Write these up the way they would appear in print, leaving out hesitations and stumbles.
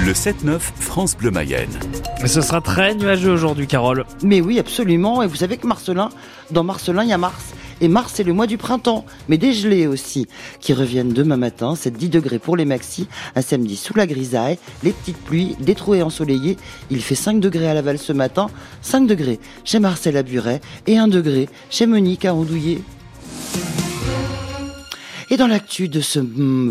Le 7-9 France Bleu Mayenne. Ce sera très nuageux aujourd'hui, Carole. Mais oui, absolument. Et vous savez que dans Marcelin, il y a Mars. Et Mars, c'est le mois du printemps, mais des gelées aussi, qui reviennent demain matin. C'est 10 degrés pour les maxis, un samedi sous la grisaille, les petites pluies, des trouées ensoleillées. Il fait 5 degrés à Laval ce matin, 5 degrés chez Marcel à Buret et 1 degré chez Monique à Andouillé. Et dans l'actu de ce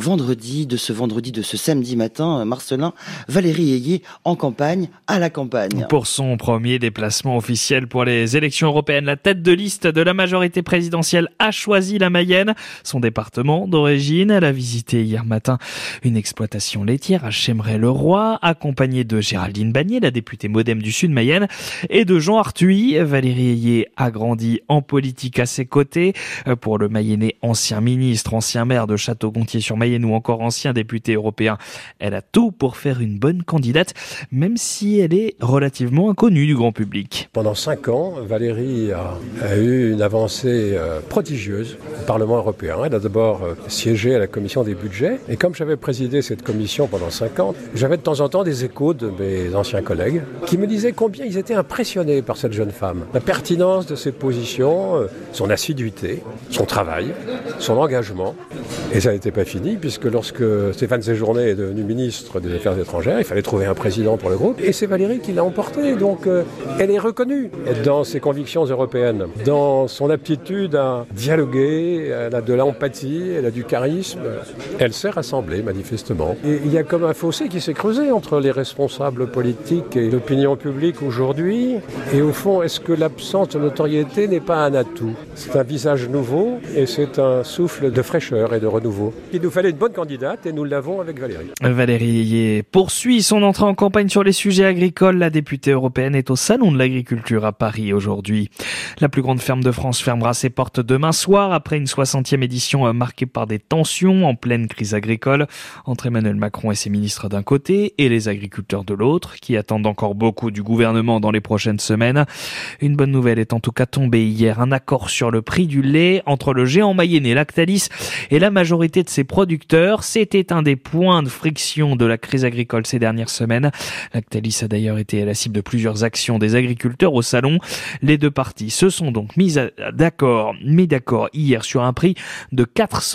samedi matin, Marcelin, Valérie Ayé en campagne, à la campagne. Pour son premier déplacement officiel pour les élections européennes, la tête de liste de la majorité présidentielle a choisi la Mayenne, son département d'origine. Elle a visité hier matin une exploitation laitière à Chémeray-le-Roi, accompagnée de Géraldine Bagné, la députée MoDem du Sud Mayenne, et de Jean Arthuis. Valérie Ayé a grandi en politique à ses côtés. Pour le Mayennais, ancien ministre, ancien maire de Château-Gontier-sur-Mayenne ou encore ancien député européen, elle a tout pour faire une bonne candidate, même si elle est relativement inconnue du grand public. Pendant 5 ans, Valérie a eu une avancée prodigieuse au Parlement européen. Elle a d'abord siégé à la commission des budgets, et comme j'avais présidé cette commission pendant 5 ans, j'avais de temps en temps des échos de mes anciens collègues qui me disaient combien ils étaient impressionnés par cette jeune femme. La pertinence de ses positions, son assiduité, son travail, son engagement. Et ça n'était pas fini, puisque lorsque Stéphane Séjourné est devenu ministre des Affaires étrangères, il fallait trouver un président pour le groupe, et c'est Valérie qui l'a emporté. Donc elle est reconnue dans ses convictions européennes, dans son aptitude à dialoguer, elle a de l'empathie, elle a du charisme, elle sait rassembler manifestement. Et il y a comme un fossé qui s'est creusé entre les responsables politiques et l'opinion publique aujourd'hui, et au fond, est-ce que l'absence de notoriété n'est pas un atout ? C'est un visage nouveau, et c'est un souffle de fraîcheur et de renouveau. Il nous fallait une bonne candidate et nous l'avons avec Valérie. Valérie Ayé poursuit son entrée en campagne sur les sujets agricoles. La députée européenne est au Salon de l'Agriculture à Paris aujourd'hui. La plus grande ferme de France fermera ses portes demain soir après une 60e édition marquée par des tensions en pleine crise agricole entre Emmanuel Macron et ses ministres d'un côté et les agriculteurs de l'autre qui attendent encore beaucoup du gouvernement dans les prochaines semaines. Une bonne nouvelle est en tout cas tombée hier. Un accord sur le prix du lait entre le géant mayennais Lactalis et la majorité de ses producteurs. C'était un des points de friction de la crise agricole ces dernières semaines. Lactalis a d'ailleurs été à la cible de plusieurs actions des agriculteurs au salon. Les deux parties se sont donc mis d'accord hier sur un prix de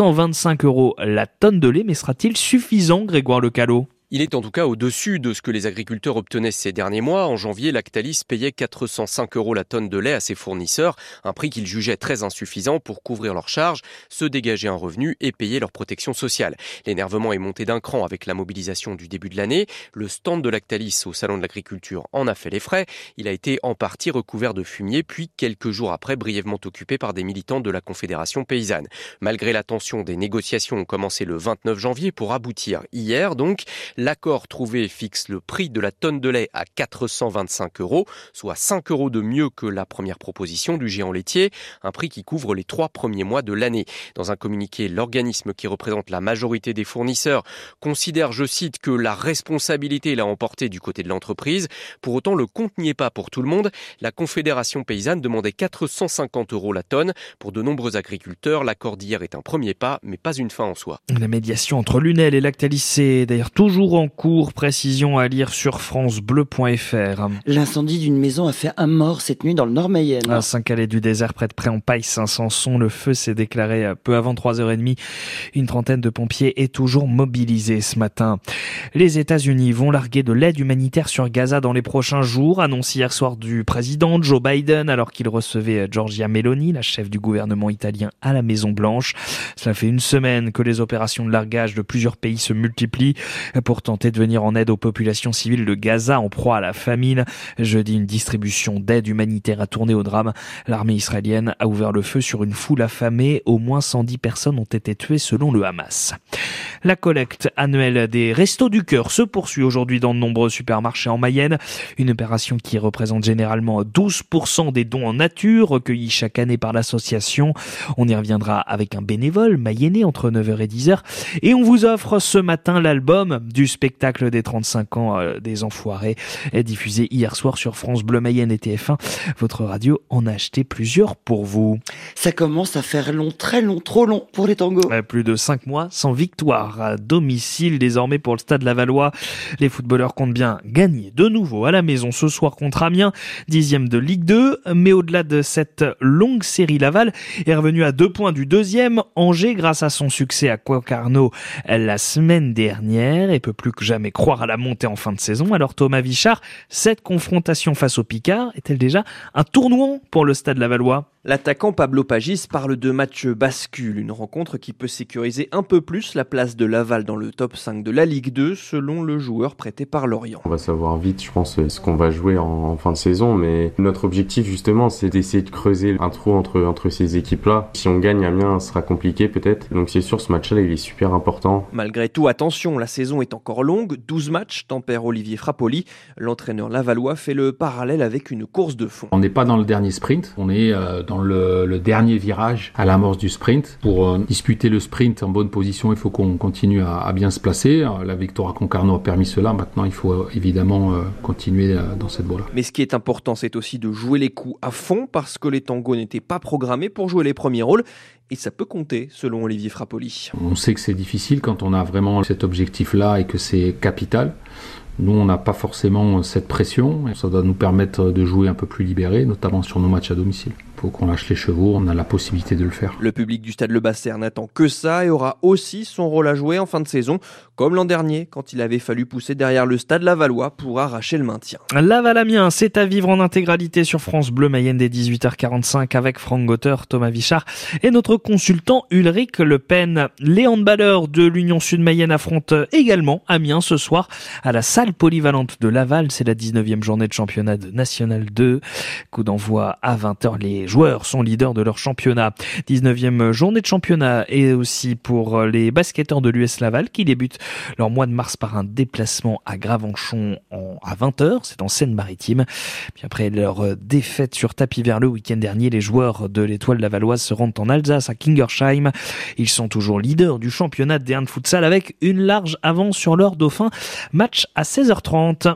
425 € la tonne de lait. Mais sera-t-il suffisant, Grégoire Lecalot ? Il est en tout cas au-dessus de ce que les agriculteurs obtenaient ces derniers mois. En janvier, Lactalis payait 405 € la tonne de lait à ses fournisseurs, un prix qu'ils jugeaient très insuffisant pour couvrir leurs charges, se dégager un revenu et payer leur protection sociale. L'énervement est monté d'un cran avec la mobilisation du début de l'année. Le stand de Lactalis au Salon de l'Agriculture en a fait les frais. Il a été en partie recouvert de fumier, puis quelques jours après brièvement occupé par des militants de la Confédération paysanne. Malgré la tension, des négociations ont commencé le 29 janvier pour aboutir hier donc. L'accord trouvé fixe le prix de la tonne de lait à 425 €, soit 5 € de mieux que la première proposition du géant laitier, un prix qui couvre les 3 premiers mois de l'année. Dans un communiqué, l'organisme qui représente la majorité des fournisseurs considère, je cite, que la responsabilité l'a emporté du côté de l'entreprise. Pour autant, le compte n'y est pas pour tout le monde. La Confédération paysanne demandait 450 € la tonne. Pour de nombreux agriculteurs, l'accord d'hier est un premier pas, mais pas une fin en soi. La médiation entre Lunel et Lactalis est d'ailleurs toujours en cours. Précision à lire sur francebleu.fr. L'incendie d'une maison a fait un mort cette nuit dans le Nord-Mayenne. À Saint-Calais du désert, près de Pré-en-Paille, Saint-Sanson, le feu s'est déclaré peu avant 3h30. Une trentaine de pompiers est toujours mobilisée ce matin. Les États-Unis vont larguer de l'aide humanitaire sur Gaza dans les prochains jours, annonce hier soir du président Joe Biden alors qu'il recevait Giorgia Meloni, la chef du gouvernement italien, à la Maison-Blanche. Cela fait une semaine que les opérations de largage de plusieurs pays se multiplient pour tenter de venir en aide aux populations civiles de Gaza en proie à la famine. Jeudi, une distribution d'aide humanitaire a tourné au drame. L'armée israélienne a ouvert le feu sur une foule affamée. Au moins 110 personnes ont été tuées selon le Hamas. La collecte annuelle des Restos du Cœur se poursuit aujourd'hui dans de nombreux supermarchés en Mayenne. Une opération qui représente généralement 12% des dons en nature recueillis chaque année par l'association. On y reviendra avec un bénévole mayennais entre 9h et 10h. Et on vous offre ce matin l'album du du spectacle des 35 ans des Enfoirés, diffusé hier soir sur France Bleu Mayenne et TF1. Votre radio en a acheté plusieurs pour vous. Ça commence à faire long, très long, trop long pour les tangos. Plus de 5 mois sans victoire à domicile désormais pour le Stade Lavallois. Les footballeurs comptent bien gagner de nouveau à la maison ce soir contre Amiens, 10e de Ligue 2. Mais au-delà de cette longue série, Laval est revenu à 2 points du deuxième. Angers, grâce à son succès à Concarneau la semaine dernière, et peut plus que jamais croire à la montée en fin de saison. Alors Thomas Vichard, cette confrontation face au Picard est-elle déjà un tournant pour le Stade Lavallois ? L'attaquant Pablo Pagis parle de match bascule, une rencontre qui peut sécuriser un peu plus la place de Laval dans le top 5 de la Ligue 2, selon le joueur prêté par Lorient. On va savoir vite, je pense, ce qu'on va jouer en fin de saison, mais notre objectif justement, c'est d'essayer de creuser un trou entre ces équipes-là. Si on gagne, Amiens sera compliqué peut-être, donc c'est sûr, ce match-là, il est super important. Malgré tout, attention, la saison est encore longue, 12 matchs, tempère Olivier Frappoli. L'entraîneur lavallois fait le parallèle avec une course de fond. On n'est pas dans le dernier sprint, on est dans le dernier virage à l'amorce du sprint. Pour disputer le sprint en bonne position, il faut qu'on continue à bien se placer. La victoire à Concarneau a permis cela. Maintenant, il faut évidemment continuer dans cette voie-là. Mais ce qui est important, c'est aussi de jouer les coups à fond parce que les tangos n'étaient pas programmés pour jouer les premiers rôles. Et ça peut compter, selon Olivier Frappoli. On sait que c'est difficile quand on a vraiment cet objectif-là et que c'est capital. Nous, on n'a pas forcément cette pression. Ça doit nous permettre de jouer un peu plus libéré, notamment sur nos matchs à domicile. Il faut qu'on lâche les chevaux, on a la possibilité de le faire. Le public du Stade Le Basser n'attend que ça et aura aussi son rôle à jouer en fin de saison, comme l'an dernier, quand il avait fallu pousser derrière le Stade Lavallois pour arracher le maintien. Laval-Amiens, c'est à vivre en intégralité sur France Bleu Mayenne dès 18h45 avec Franck Gauter, Thomas Vichard et notre consultant Ulrich Le Pen. Les handballeurs de l'Union Sud-Mayenne affrontent également Amiens ce soir à la salle polyvalente de Laval. C'est la 19e journée de championnat de National 2. Coup d'envoi à 20h. Les joueurs sont leaders de leur championnat. 19e journée de championnat et aussi pour les basketteurs de l'US Laval qui débutent leur mois de mars par un déplacement à Gravenchon à 20h. C'est en Seine-Maritime. Puis après leur défaite sur tapis vert le week-end dernier, les joueurs de l'Étoile lavalloise se rendent en Alsace à Kingersheim. Ils sont toujours leaders du championnat de D1 de futsal avec une large avance sur leur dauphin. Match à 16h30.